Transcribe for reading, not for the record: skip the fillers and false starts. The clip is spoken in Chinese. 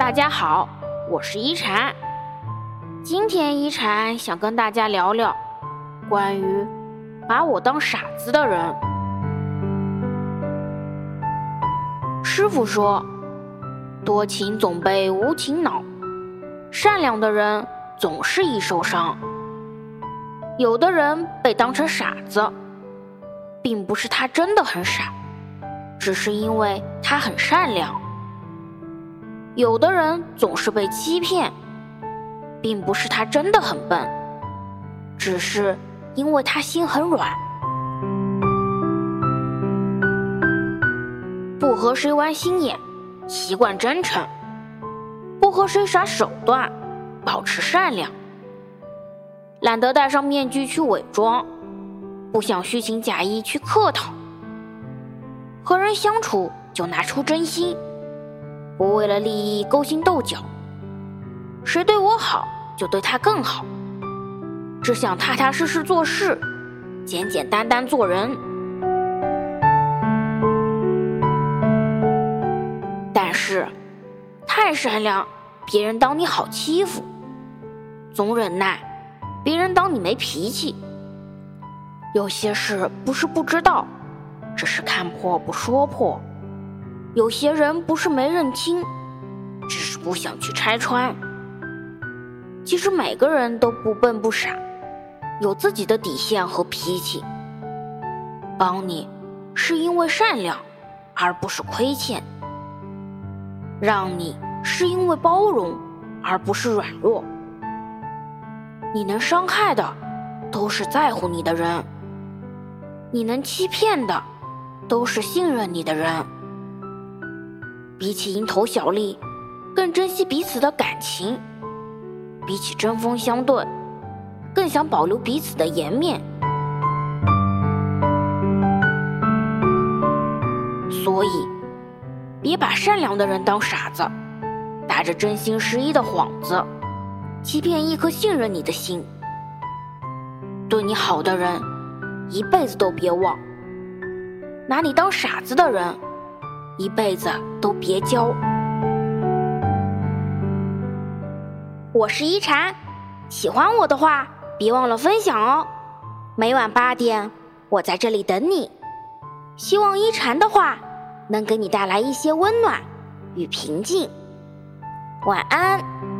大家好，我是一禅。今天一禅想跟大家聊聊关于把我当傻子的人。师父说，多情总被无情恼，善良的人总是易受伤。有的人被当成傻子，并不是他真的很傻，只是因为他很善良。有的人总是被欺骗，并不是他真的很笨，只是因为他心很软。不和谁玩心眼，习惯真诚；不和谁耍手段，保持善良。懒得戴上面具去伪装，不想虚情假意去客套。和人相处就拿出真心，不为了利益勾心斗角。谁对我好就对他更好，只想踏踏实实做事，简简单单做人。但是太善良，别人当你好欺负；总忍耐，别人当你没脾气。有些事不是不知道，只是看破不说破。有些人不是没认清，只是不想去拆穿。其实每个人都不笨不傻，有自己的底线和脾气。帮你是因为善良，而不是亏欠；让你是因为包容，而不是软弱。你能伤害的，都是在乎你的人；你能欺骗的，都是信任你的人。比起蝇头小利，更珍惜彼此的感情；比起针锋相对，更想保留彼此的颜面。所以，别把善良的人当傻子，打着真心实意的幌子，欺骗一颗信任你的心。对你好的人，一辈子都别忘；拿你当傻子的人，一辈子都别交。我是一禅，喜欢我的话，别忘了分享哦。每晚8点，我在这里等你。希望一禅的话能给你带来一些温暖与平静。晚安。